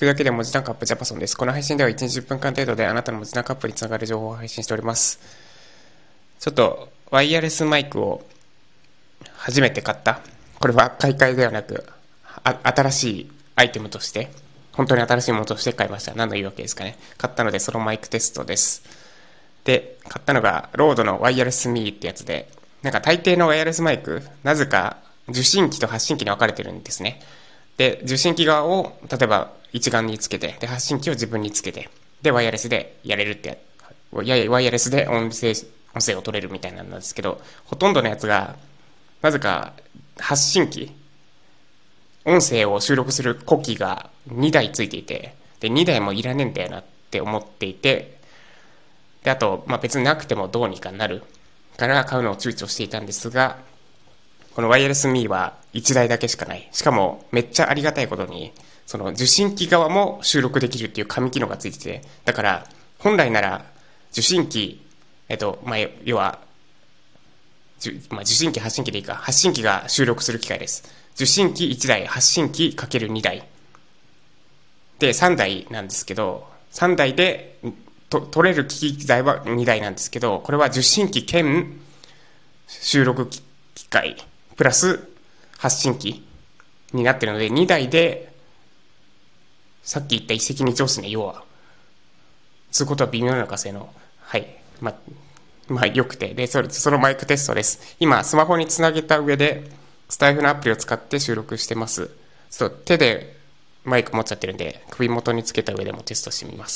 くだけで文字単価アップジャパソンです。この配信では1日10分間程度であなたの文字単価アップにつながる情報を配信しております。ちょっとワイヤレスマイクを初めて買った。これは買い替えではなく、新しいアイテムとして、本当に新しいものとして買いました。何の言い訳ですかね。買ったのでそのマイクテストです。で、買ったのがロードのワイヤレスミーってやつで、なんか大抵のワイヤレスマイク、なぜか受信機と発信機に分かれてるんですね。で、受信機側を例えば一眼につけて、で、発信機を自分につけて、で、ワイヤレスでやれるってワイヤレスで音声を取れるみたいなんですけど、ほとんどのやつが、なぜか発信機、音声を収録する呼気が2台ついていて、で、2台もいらねえんだよなって思っていて、で、あと、別になくてもどうにかなるから買うのを躊躇していたんですが、このワイヤレスミーは1台だけしかない。しかもめっちゃありがたいことに、その受信機側も収録できるっていう紙機能がついてて、だから本来なら受信機、要は、受信機、発信機でいいか。発信機が収録する機械です。受信機1台、発信機 ×2 台。で、3台なんですけど、3台で取れる機材は2台なんですけど、これは受信機兼収録機械、プラス発信機になっているので、2台で、さっき言った一石二鳥ですね、要は。そういうことは微妙なのか、性能。はい。良くて。で、そのマイクテストです。今、スマホにつなげた上で、スタイフのアプリを使って収録してます。そう、手でマイク持っちゃってるんで、首元につけた上でもテストしてみます。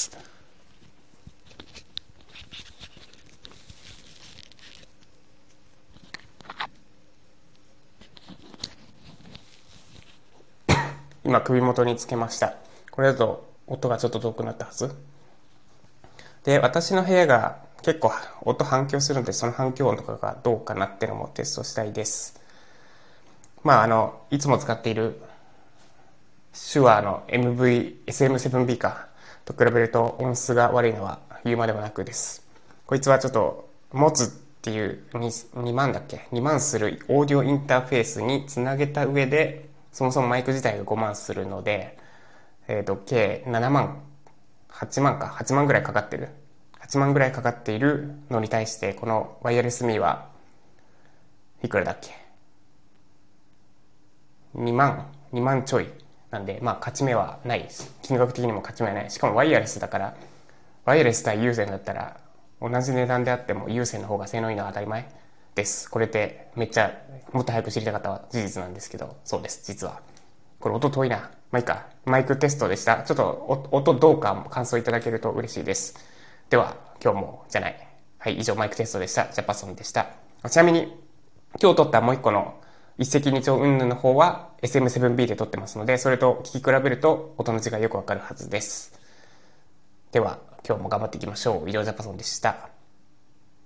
今、首元につけました。これだと音がちょっと遠くなったはず。で、私の部屋が結構音反響するんで、その反響音とかがどうかなっていうのもテストしたいです。いつも使っている手話の SM7B かと比べると音質が悪いのは言うまでもなくです。こいつはちょっと持つっていう2万だっけ ?2 万するオーディオインターフェースにつなげた上で、そもそもマイク自体が5万するので、計7万、8万か、8万ぐらいかかってる。8万ぐらいかかっているのに対して、このワイヤレスミーはいくらだっけ ?2 万ちょい。なんで、勝ち目はないです。金額的にも勝ち目はない。しかもワイヤレスだから、ワイヤレス対有線だったら、同じ値段であっても有線の方が性能いいのは当たり前です。これってめっちゃもっと早く知りたかったは事実なんですけど、そうです、実は。これ音遠いな。いいか。マイクテストでした。ちょっと音どうか感想いただけると嬉しいです。では、今日もじゃない。はい、以上マイクテストでした。ジャパソンでした。ちなみに、今日撮ったもう一個の一石二鳥云々の方は SM7B で撮ってますので、それと聞き比べると音の違いよくわかるはずです。では、今日も頑張っていきましょう。以上ジャパソンでした。